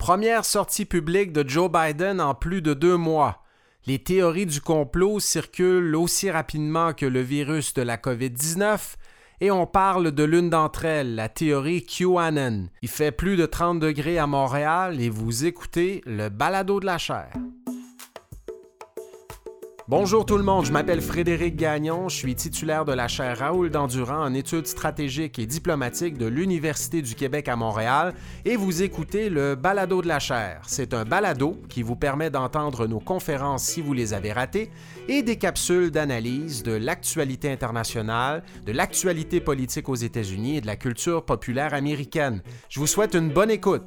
Première sortie publique de Joe Biden en plus de 2 mois. Les théories du complot circulent aussi rapidement que le virus de la COVID-19 et on parle de l'une d'entre elles, la théorie QAnon. Il fait plus de 30 degrés à Montréal et vous écoutez le balado de la chaire. Bonjour tout le monde, je m'appelle Frédéric Gagnon, je suis titulaire de la chaire Raoul Dandurand en études stratégiques et diplomatiques de l'Université du Québec à Montréal et vous écoutez le balado de la chaire. C'est un balado qui vous permet d'entendre nos conférences si vous les avez ratées et des capsules d'analyse de l'actualité internationale, de l'actualité politique aux États-Unis et de la culture populaire américaine. Je vous souhaite une bonne écoute.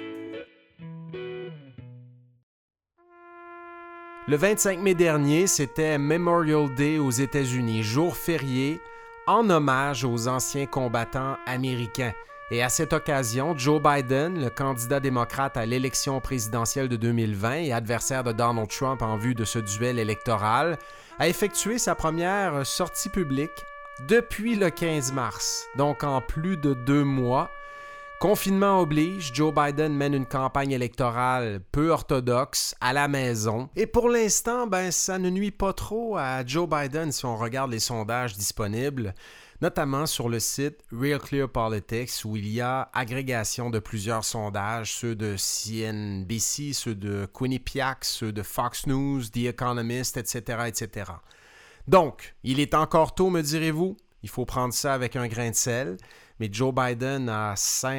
Le 25 mai dernier, c'était Memorial Day aux États-Unis, jour férié en hommage aux anciens combattants américains. Et à cette occasion, Joe Biden, le candidat démocrate à l'élection présidentielle de 2020 et adversaire de Donald Trump en vue de ce duel électoral, a effectué sa première sortie publique depuis le 15 mars, donc en plus de 2 mois. Confinement oblige, Joe Biden mène une campagne électorale peu orthodoxe à la maison. Et pour l'instant, ça ne nuit pas trop à Joe Biden si on regarde les sondages disponibles, notamment sur le site Real Clear Politics où il y a agrégation de plusieurs sondages, ceux de CNBC, ceux de Quinnipiac, ceux de Fox News, The Economist, etc., etc. Donc, il est encore tôt, me direz-vous? Il faut prendre ça avec un grain de sel. Mais Joe Biden a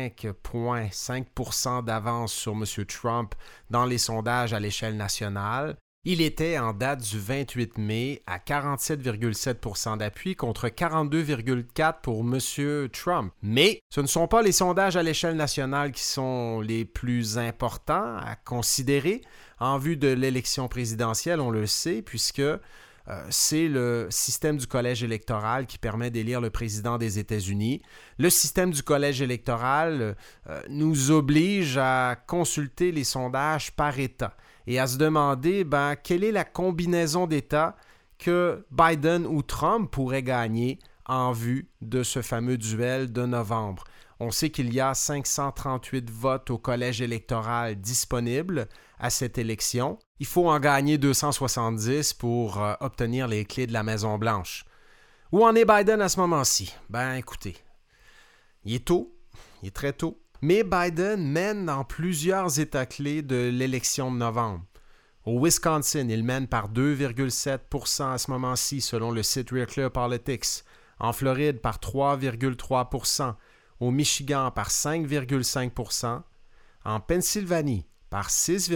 5,5% d'avance sur M. Trump dans les sondages à l'échelle nationale. Il était en date du 28 mai à 47,7% d'appui contre 42,4% pour M. Trump. Mais ce ne sont pas les sondages à l'échelle nationale qui sont les plus importants à considérer en vue de l'élection présidentielle, on le sait, puisque c'est le système du collège électoral qui permet d'élire le président des États-Unis. Le système du collège électoral nous oblige à consulter les sondages par État et à se demander quelle est la combinaison d'États que Biden ou Trump pourraient gagner en vue de ce fameux duel de novembre. On sait qu'il y a 538 votes au collège électoral disponibles à cette élection. Il faut en gagner 270 pour obtenir les clés de la Maison-Blanche. Où en est Biden à ce moment-ci? Écoutez, il est tôt, il est très tôt, mais Biden mène dans plusieurs États clés de l'élection de novembre. Au Wisconsin, il mène par 2,7% à ce moment-ci, selon le site Real Clear Politics. En Floride, par 3,3%. Au Michigan, par 5,5%. En Pennsylvanie, par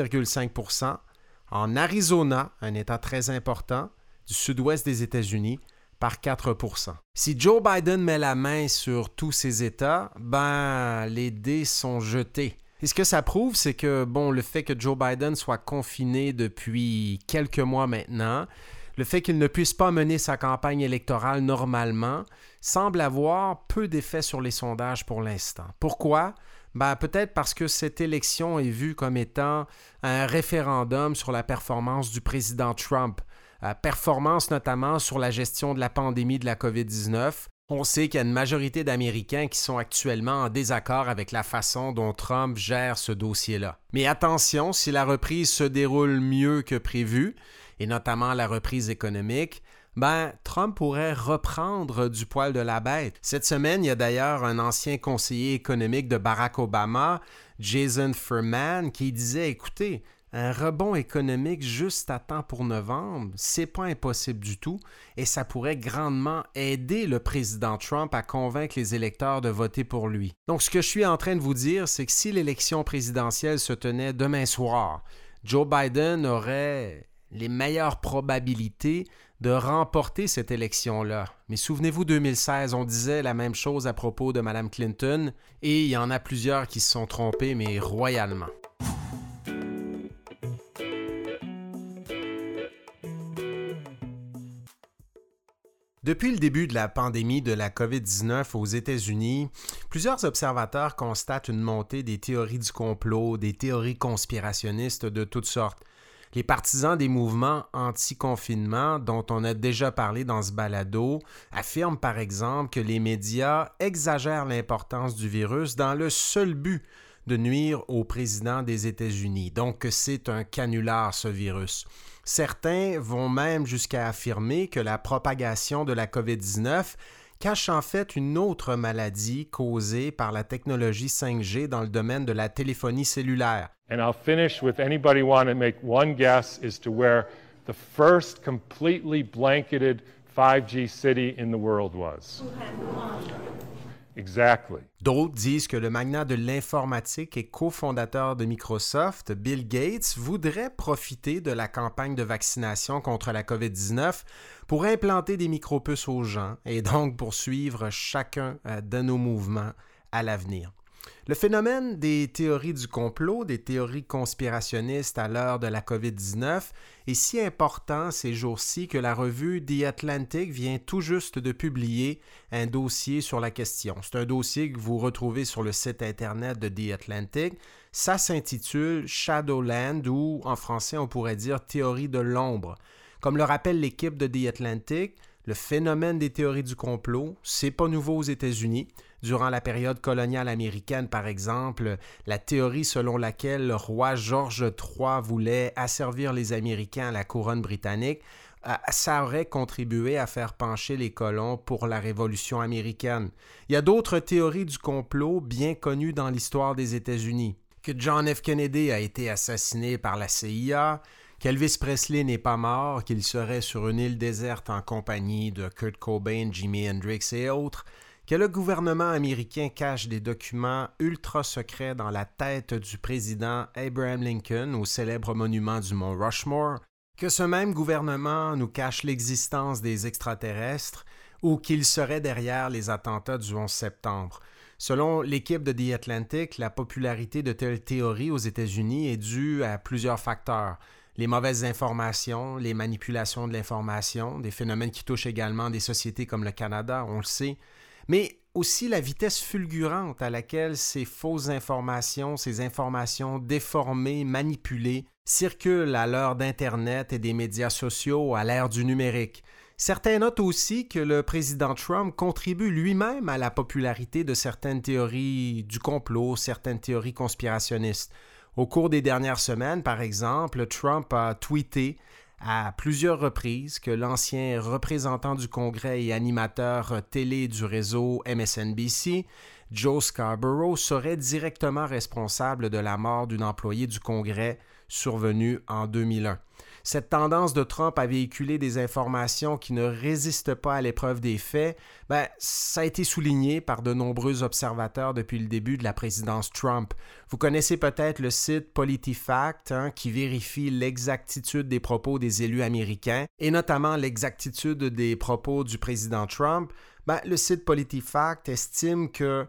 6,5%. En Arizona, un État très important du sud-ouest des États-Unis, par 4%. Si Joe Biden met la main sur tous ces États, les dés sont jetés. Et ce que ça prouve, c'est que, le fait que Joe Biden soit confiné depuis quelques mois maintenant, le fait qu'il ne puisse pas mener sa campagne électorale normalement, semble avoir peu d'effet sur les sondages pour l'instant. Pourquoi? Peut-être parce que cette élection est vue comme étant un référendum sur la performance du président Trump. Performance notamment sur la gestion de la pandémie de la COVID-19. On sait qu'il y a une majorité d'Américains qui sont actuellement en désaccord avec la façon dont Trump gère ce dossier-là. Mais attention, si la reprise se déroule mieux que prévu, et notamment la reprise économique, Trump pourrait reprendre du poil de la bête. Cette semaine, il y a d'ailleurs un ancien conseiller économique de Barack Obama, Jason Furman, qui disait « Écoutez, un rebond économique juste à temps pour novembre, c'est pas impossible du tout et ça pourrait grandement aider le président Trump à convaincre les électeurs de voter pour lui. » Donc, ce que je suis en train de vous dire, c'est que si l'élection présidentielle se tenait demain soir, Joe Biden aurait les meilleures probabilités de remporter cette élection-là. Mais souvenez-vous, 2016, on disait la même chose à propos de Mme Clinton et il y en a plusieurs qui se sont trompés, mais royalement. Depuis le début de la pandémie de la COVID-19 aux États-Unis, plusieurs observateurs constatent une montée des théories du complot, des théories conspirationnistes de toutes sortes. Les partisans des mouvements anti-confinement, dont on a déjà parlé dans ce balado, affirment par exemple que les médias exagèrent l'importance du virus dans le seul but de nuire au président des États-Unis. Donc, c'est un canular, ce virus. Certains vont même jusqu'à affirmer que la propagation de la COVID-19 cache en fait une autre maladie causée par la technologie 5G dans le domaine de la téléphonie cellulaire. And I'll finish with anybody want to make one guess as to where the first completely blanketed 5G city in the world was. Exactly. D'autres disent que le magnat de l'informatique et cofondateur de Microsoft, Bill Gates, voudrait profiter de la campagne de vaccination contre la COVID-19 pour implanter des micropuces aux gens et donc poursuivre chacun de nos mouvements à l'avenir. Le phénomène des théories du complot, des théories conspirationnistes à l'heure de la COVID-19 est si important ces jours-ci que la revue The Atlantic vient tout juste de publier un dossier sur la question. C'est un dossier que vous retrouvez sur le site internet de The Atlantic. Ça s'intitule Shadowland ou en français on pourrait dire Théorie de l'ombre. Comme le rappelle l'équipe de The Atlantic, le phénomène des théories du complot, c'est pas nouveau aux États-Unis. Durant la période coloniale américaine, par exemple, la théorie selon laquelle le roi George III voulait asservir les Américains à la couronne britannique, ça aurait contribué à faire pencher les colons pour la Révolution américaine. Il y a d'autres théories du complot bien connues dans l'histoire des États-Unis. Que John F. Kennedy a été assassiné par la CIA, qu'Elvis Presley n'est pas mort, qu'il serait sur une île déserte en compagnie de Kurt Cobain, Jimi Hendrix et autres, que le gouvernement américain cache des documents ultra secrets dans la tête du président Abraham Lincoln au célèbre monument du mont Rushmore, que ce même gouvernement nous cache l'existence des extraterrestres ou qu'il serait derrière les attentats du 11 septembre. Selon l'équipe de The Atlantic, la popularité de telles théories aux États-Unis est due à plusieurs facteurs. Les mauvaises informations, les manipulations de l'information, des phénomènes qui touchent également des sociétés comme le Canada, on le sait, mais aussi la vitesse fulgurante à laquelle ces fausses informations, ces informations déformées, manipulées, circulent à l'heure d'Internet et des médias sociaux, à l'ère du numérique. Certains notent aussi que le président Trump contribue lui-même à la popularité de certaines théories du complot, certaines théories conspirationnistes. Au cours des dernières semaines, par exemple, Trump a tweeté à plusieurs reprises que l'ancien représentant du Congrès et animateur télé du réseau MSNBC, Joe Scarborough, serait directement responsable de la mort d'une employée du Congrès survenue en 2001. Cette tendance de Trump à véhiculer des informations qui ne résistent pas à l'épreuve des faits, ça a été souligné par de nombreux observateurs depuis le début de la présidence Trump. Vous connaissez peut-être le site PolitiFact qui vérifie l'exactitude des propos des élus américains et notamment l'exactitude des propos du président Trump. Le site PolitiFact estime que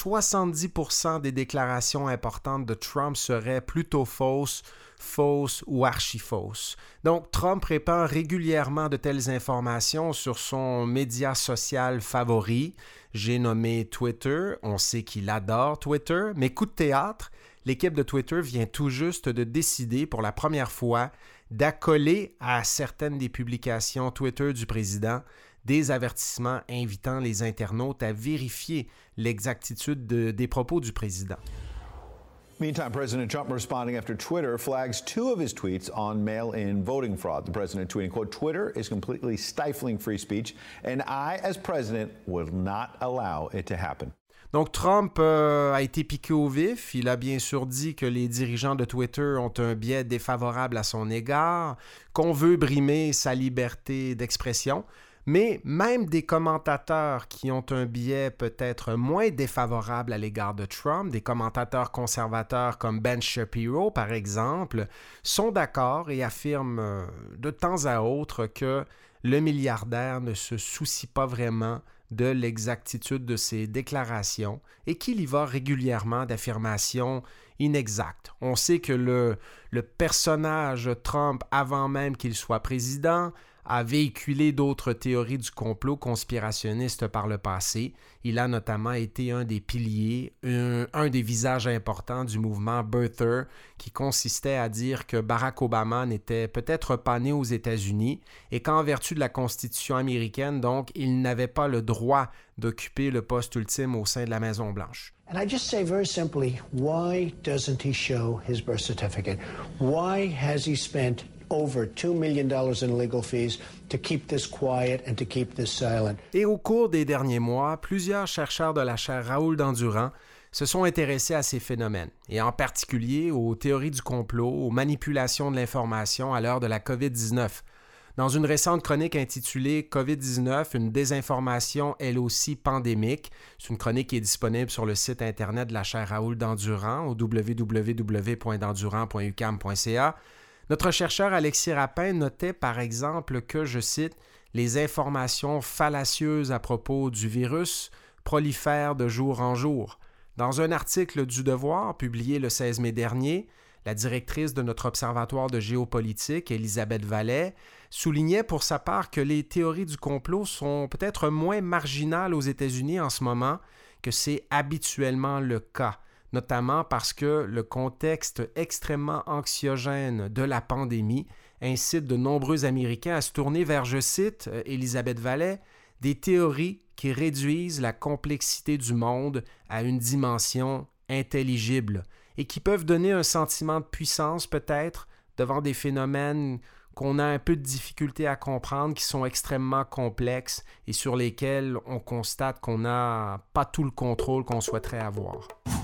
70% des déclarations importantes de Trump seraient plutôt fausses ou archi-fausses. Donc, Trump répand régulièrement de telles informations sur son média social favori. J'ai nommé Twitter. On sait qu'il adore Twitter, mais coup de théâtre, l'équipe de Twitter vient tout juste de décider pour la première fois d'accoler à certaines des publications Twitter du président des avertissements invitant les internautes à vérifier l'exactitude des propos du président. Meantime, President Trump responding after Twitter flags two of his tweets on mail-in voting fraud. The president tweeting, quote, "Twitter is completely stifling free speech, and I, as president, will not allow it to happen." Donc, Trump a été piqué au vif. Il a bien sûr dit que les dirigeants de Twitter ont un biais défavorable à son égard, qu'on veut brimer sa liberté d'expression. Mais même des commentateurs qui ont un biais peut-être moins défavorable à l'égard de Trump, des commentateurs conservateurs comme Ben Shapiro, par exemple, sont d'accord et affirment de temps à autre que le milliardaire ne se soucie pas vraiment de l'exactitude de ses déclarations et qu'il y va régulièrement d'affirmations inexactes. On sait que le personnage Trump, avant même qu'il soit président, a véhiculé d'autres théories du complot conspirationniste par le passé. Il a notamment été un des piliers, un des visages importants du mouvement Birther, qui consistait à dire que Barack Obama n'était peut-être pas né aux États-Unis et qu'en vertu de la Constitution américaine, donc, il n'avait pas le droit d'occuper le poste ultime au sein de la Maison-Blanche. And I just say very simply, why doesn't he show his birth certificate? Why has he spent over $2 million in legal fees to keep this quiet and to keep this silent? Et au cours des derniers mois, plusieurs chercheurs de la chaire Raoul Dandurand se sont intéressés à ces phénomènes, et en particulier aux théories du complot, aux manipulations de l'information à l'heure de la COVID-19. Dans une récente chronique intitulée « COVID-19, une désinformation elle aussi pandémique », c'est une chronique qui est disponible sur le site Internet de la chaire Raoul Dandurand au www.dandurand.uqam.ca, notre chercheur Alexis Rapin notait par exemple que, je cite, « les informations fallacieuses à propos du virus prolifèrent de jour en jour ». Dans un article du Devoir publié le 16 mai dernier, la directrice de notre observatoire de géopolitique, Elisabeth Vallet, soulignait pour sa part que les théories du complot sont peut-être moins marginales aux États-Unis en ce moment que c'est habituellement le cas, notamment parce que le contexte extrêmement anxiogène de la pandémie incite de nombreux Américains à se tourner vers, je cite, Elisabeth Vallet, des théories qui réduisent la complexité du monde à une dimension intelligible et qui peuvent donner un sentiment de puissance peut-être devant des phénomènes qu'on a un peu de difficulté à comprendre, qui sont extrêmement complexes et sur lesquels on constate qu'on n'a pas tout le contrôle qu'on souhaiterait avoir.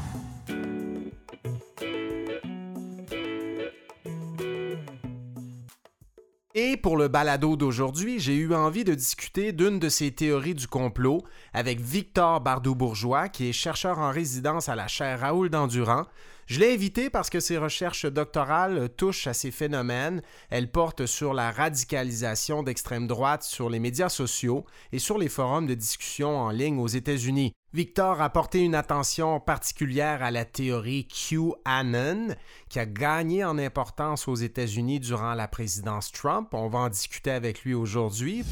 Et pour le balado d'aujourd'hui, j'ai eu envie de discuter d'une de ces théories du complot avec Victor Bardou-Bourgeois, qui est chercheur en résidence à la chaire Raoul Dandurand. Je l'ai invité parce que ses recherches doctorales touchent à ces phénomènes. Elles portent sur la radicalisation d'extrême droite sur les médias sociaux et sur les forums de discussion en ligne aux États-Unis. Victor a porté une attention particulière à la théorie QAnon, qui a gagné en importance aux États-Unis durant la présidence Trump. On va en discuter avec lui aujourd'hui.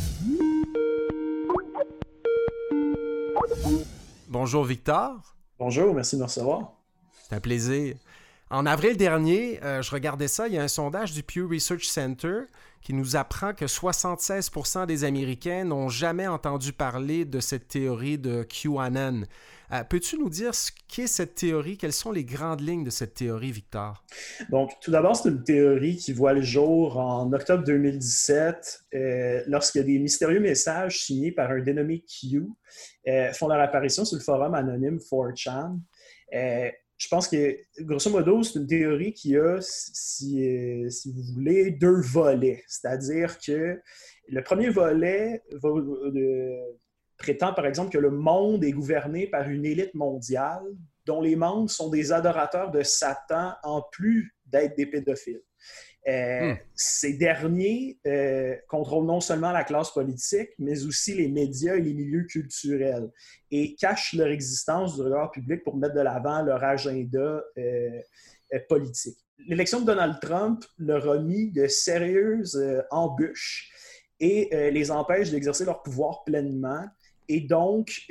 Bonjour Victor. Bonjour, merci de me recevoir. C'est un plaisir. En avril dernier, je regardais ça, il y a un sondage du Pew Research Center qui nous apprend que 76% des Américains n'ont jamais entendu parler de cette théorie de QAnon. Peux-tu nous dire ce qu'est cette théorie? Quelles sont les grandes lignes de cette théorie, Victor? Donc, tout d'abord, c'est une théorie qui voit le jour en octobre 2017, lorsque des mystérieux messages signés par un dénommé Q font leur apparition sur le forum anonyme 4chan. Je pense que, grosso modo, c'est une théorie qui a, si vous voulez, deux volets. C'est-à-dire que le premier volet prétend, par exemple, que le monde est gouverné par une élite mondiale dont les membres sont des adorateurs de Satan en plus d'être des pédophiles. Ces derniers contrôlent non seulement la classe politique, mais aussi les médias et les milieux culturels et cachent leur existence du regard public pour mettre de l'avant leur agenda politique. L'élection de Donald Trump leur a mis de sérieuses embûches et les empêche d'exercer leur pouvoir pleinement. Et donc,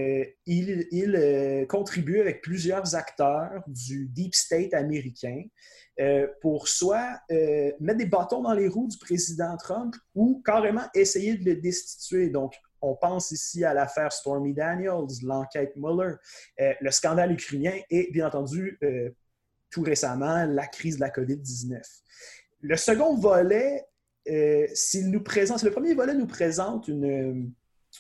il contribue avec plusieurs acteurs du Deep State américain pour soit mettre des bâtons dans les roues du président Trump ou carrément essayer de le destituer. Donc, on pense ici à l'affaire Stormy Daniels, l'enquête Mueller, le scandale ukrainien et, bien entendu, tout récemment, la crise de la COVID-19. Le second volet, le premier volet nous présente une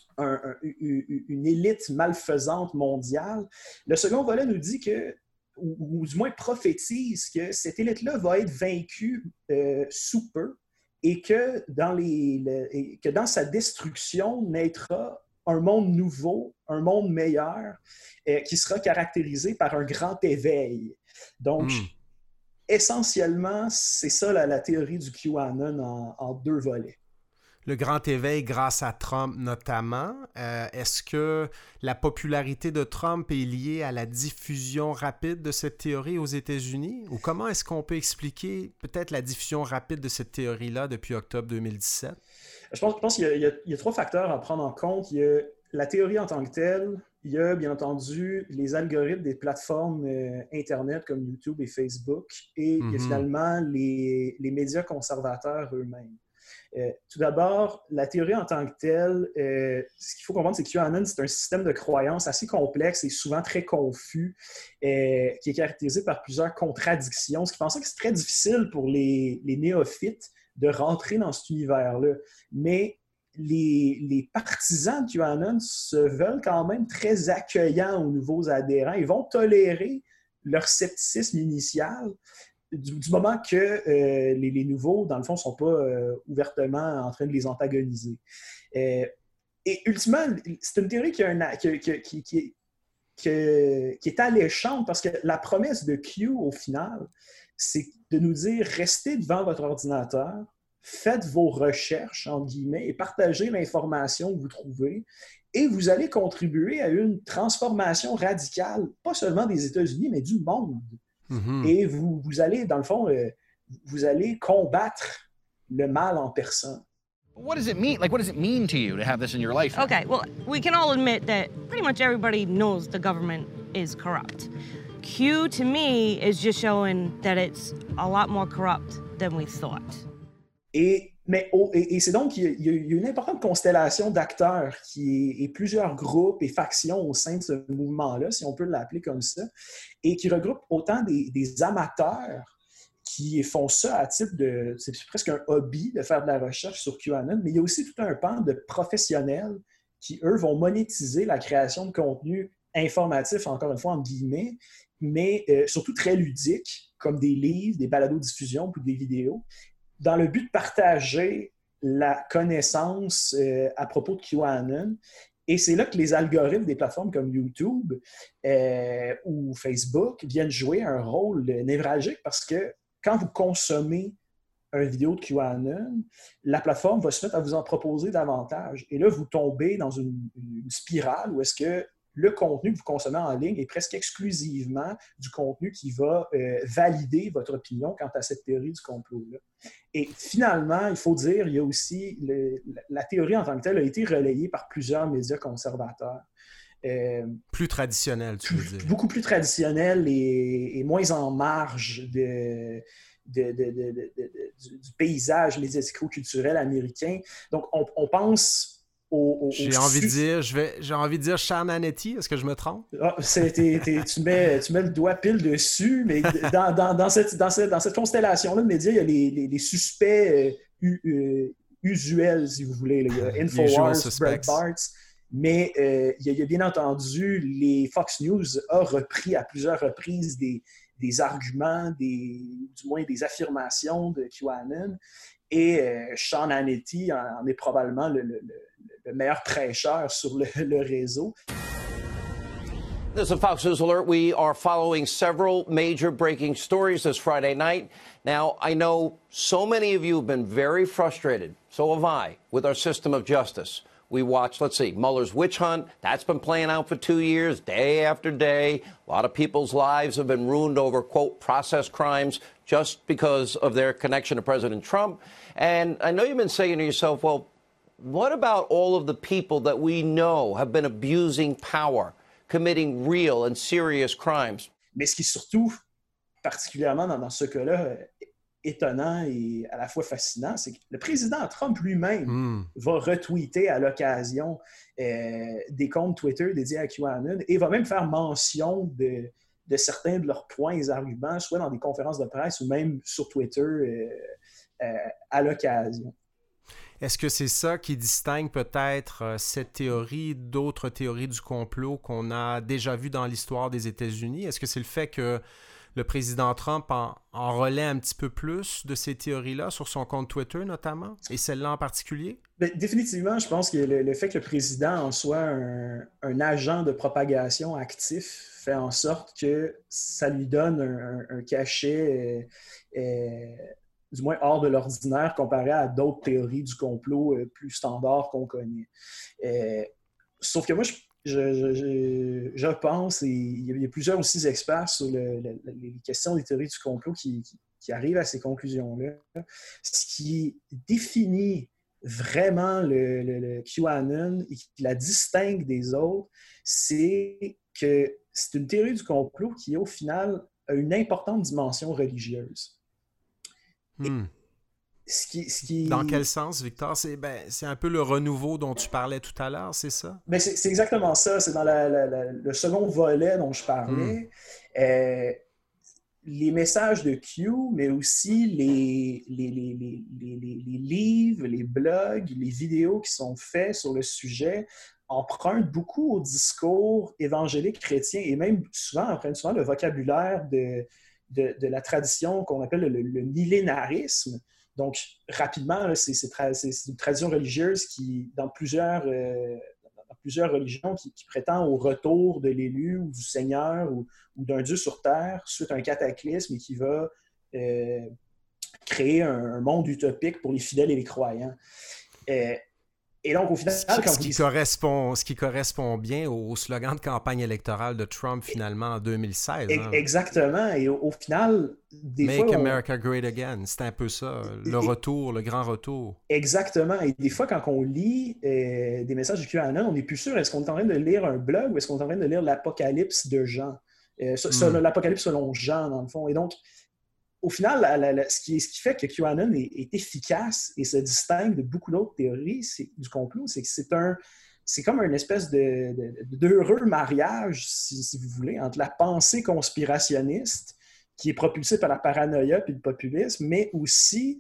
élite malfaisante mondiale. Le second volet nous dit que, ou du moins prophétise que cette élite-là va être vaincue sous peu et que dans sa destruction naîtra un monde nouveau, un monde meilleur qui sera caractérisé par un grand éveil. Donc, essentiellement, c'est ça la théorie du QAnon en deux volets. le grand éveil grâce à Trump notamment. Est-ce que la popularité de Trump est liée à la diffusion rapide de cette théorie aux États-Unis? Ou comment est-ce qu'on peut expliquer peut-être la diffusion rapide de cette théorie-là depuis octobre 2017? Je pense qu'il y a trois facteurs à prendre en compte. Il y a la théorie en tant que telle, il y a bien entendu les algorithmes des plateformes Internet comme YouTube et Facebook, et il y a finalement les médias conservateurs eux-mêmes. Tout d'abord, la théorie en tant que telle, ce qu'il faut comprendre, c'est que QAnon, c'est un système de croyances assez complexe et souvent très confus, qui est caractérisé par plusieurs contradictions, ce qui fait en sorte que c'est très difficile pour les néophytes de rentrer dans cet univers-là. Mais les partisans de QAnon se veulent quand même très accueillants aux nouveaux adhérents. Ils vont tolérer leur scepticisme initial du moment que les nouveaux, dans le fond, ne sont pas ouvertement en train de les antagoniser. Et ultimement, c'est une théorie qui est alléchante parce que la promesse de Q, au final, c'est de nous dire « Restez devant votre ordinateur, faites vos recherches, entre guillemets, et partagez l'information que vous trouvez, et vous allez contribuer à une transformation radicale, pas seulement des États-Unis, mais du monde. » Et vous allez, dans le fond, vous allez combattre le mal en personne. What does it mean? Like, what does it mean to you to have this in your life? Okay, well, we can all admit that pretty much everybody knows the government is corrupt. Q, to me, is just showing that it's a lot more corrupt than we thought. Et c'est donc qu'il y a une importante constellation d'acteurs et plusieurs groupes et factions au sein de ce mouvement-là, si on peut l'appeler comme ça, et qui regroupe autant des amateurs qui font ça à titre de... C'est presque un hobby de faire de la recherche sur QAnon, mais il y a aussi tout un pan de professionnels qui, eux, vont monétiser la création de contenu informatif, encore une fois, en guillemets, mais surtout très ludique, comme des livres, des balados-diffusions ou des vidéos, dans le but de partager la connaissance à propos de QAnon. Et c'est là que les algorithmes des plateformes comme YouTube ou Facebook viennent jouer un rôle névralgique parce que quand vous consommez une vidéo de QAnon, la plateforme va se mettre à vous en proposer davantage. Et là, vous tombez dans une spirale où est-ce que le contenu que vous consommez en ligne est presque exclusivement du contenu qui va valider votre opinion quant à cette théorie du complot-là. Et finalement, il faut dire, il y a aussi la théorie en tant que telle a été relayée par plusieurs médias conservateurs. Plus traditionnels, tu veux dire. Beaucoup plus traditionnels et moins en marge du paysage médiatico-culturel américain. Donc, on pense... J'ai envie de dire Sean Hannity, est-ce que je me trompe? Ah, tu mets le doigt pile dessus, mais dans cette constellation-là de médias, il y a les suspects usuels, si vous voulez. Il y a Infowars, Breitbart, mais il y a bien entendu, les Fox News a repris à plusieurs reprises des arguments, du moins des affirmations de QAnon, et Sean Hannity en est probablement le meilleur prêcheur sur le réseau. This is a Fox News alert. We are following several major breaking stories this Friday night. Now, I know so many of you have been very frustrated, so have I, with our system of justice. We watched, let's see, Mueller's witch hunt. That's been playing out for 2 years, day after day. A lot of people's lives have been ruined over, quote, process crimes just because of their connection to President Trump. And I know you've been saying to yourself, well, what about all of the people that we know have been abusing power, committing real and serious crimes? Mais ce qui est surtout, particulièrement dans ce cas-là, étonnant et à la fois fascinant, c'est que le président Trump lui-même va retweeter à l'occasion des comptes Twitter dédiés à QAnon et va même faire mention de certains de leurs points et arguments, soit dans des conférences de presse ou même sur Twitter à l'occasion. Est-ce que c'est ça qui distingue peut-être cette théorie d'autres théories du complot qu'on a déjà vues dans l'histoire des États-Unis? Est-ce que c'est le fait que le président Trump en relaie un petit peu plus de ces théories-là sur son compte Twitter notamment, et celle-là en particulier? Bien, définitivement, je pense que le fait que le président en soit un agent de propagation actif fait en sorte que ça lui donne un cachet du moins hors de l'ordinaire comparé à d'autres théories du complot plus standards qu'on connaît. Sauf que moi, je pense, et il y a plusieurs aussi experts sur les questions des théories du complot qui arrivent à ces conclusions-là. Ce qui définit vraiment le QAnon et qui la distingue des autres, c'est que c'est une théorie du complot qui, au final, a une importante dimension religieuse. Dans quel sens, Victor? C'est un peu le renouveau dont tu parlais tout à l'heure, c'est ça? Ben c'est exactement ça. C'est dans le second volet dont je parlais. Les messages de Q, mais aussi les livres, les blogs, les vidéos qui sont faits sur le sujet empruntent beaucoup au discours évangélique chrétien et même souvent empruntent souvent le vocabulaire de la tradition qu'on appelle le millénarisme. Donc, rapidement, c'est une tradition religieuse qui, dans plusieurs religions, qui prétend au retour de l'élu ou du Seigneur ou d'un Dieu sur terre suite à un cataclysme et qui va créer un monde utopique pour les fidèles et les croyants. Et donc, au final, ce qui correspond bien au slogan de campagne électorale de Trump, finalement, en 2016. Exactement. Et au final, Make America Great Again. C'est un peu ça, le grand retour. Exactement. Et des fois, quand on lit des messages du QAnon, on n'est plus sûr, est-ce qu'on est en train de lire un blog ou est-ce qu'on est en train de lire l'Apocalypse de Jean? L'Apocalypse selon Jean, dans le fond. Et donc, au final, ce qui fait que QAnon est efficace et se distingue de beaucoup d'autres théories du complot, c'est que c'est comme une espèce d'heureux mariage, si vous voulez, entre la pensée conspirationniste qui est propulsée par la paranoïa puis le populisme, mais aussi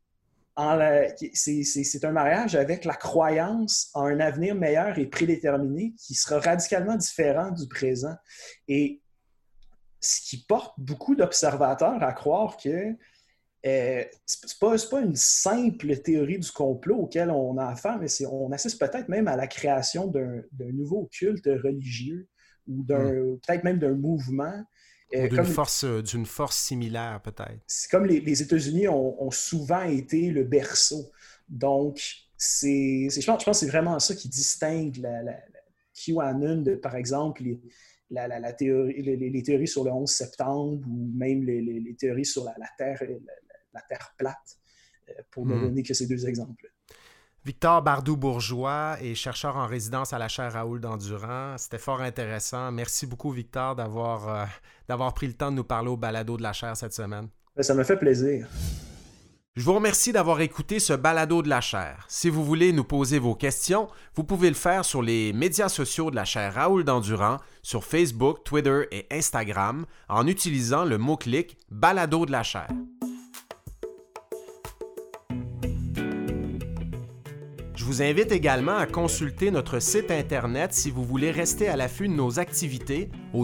c'est un mariage avec la croyance en un avenir meilleur et prédéterminé qui sera radicalement différent du présent. Et ce qui porte beaucoup d'observateurs à croire que c'est pas une simple théorie du complot auquel on a affaire, mais on assiste peut-être même à la création d'un nouveau culte religieux ou peut-être même d'un mouvement. Ou d'une force similaire, peut-être. C'est comme les États-Unis ont souvent été le berceau. Donc, je pense que c'est vraiment ça qui distingue la QAnon de, par exemple, les théories sur le 11 septembre ou même les théories sur la Terre plate, pour ne donner que ces deux exemples. Victor Bardou-Bourgeois est chercheur en résidence à la chaire Raoul Dandurand. C'était fort intéressant. Merci beaucoup, Victor, d'avoir pris le temps de nous parler au balado de la chaire cette semaine. Ça me fait plaisir. Je vous remercie d'avoir écouté ce balado de la chaire. Si vous voulez nous poser vos questions, vous pouvez le faire sur les médias sociaux de la chaire Raoul Dandurand, sur Facebook, Twitter et Instagram, en utilisant le mot-clic « balado de la chaire ». Je vous invite également à consulter notre site Internet si vous voulez rester à l'affût de nos activités au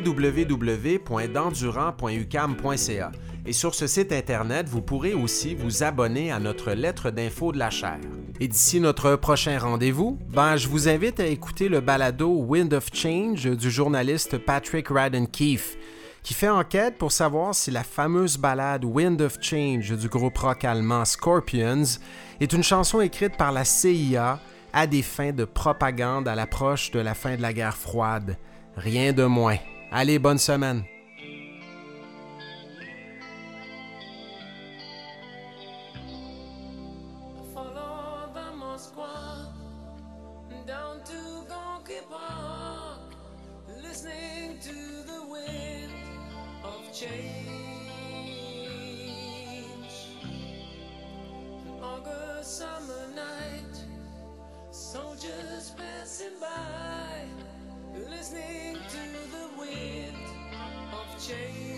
www.dandurand.uqam.ca. Et sur ce site Internet, vous pourrez aussi vous abonner à notre lettre d'info de la chaire. Et d'ici notre prochain rendez-vous, je vous invite à écouter le balado Wind of Change du journaliste Patrick Radden Keefe, qui fait enquête pour savoir si la fameuse ballade Wind of Change du groupe rock allemand Scorpions est une chanson écrite par la CIA à des fins de propagande à l'approche de la fin de la guerre froide. Rien de moins. Allez, bonne semaine! Summer night, soldiers passing by, listening to the wind of change.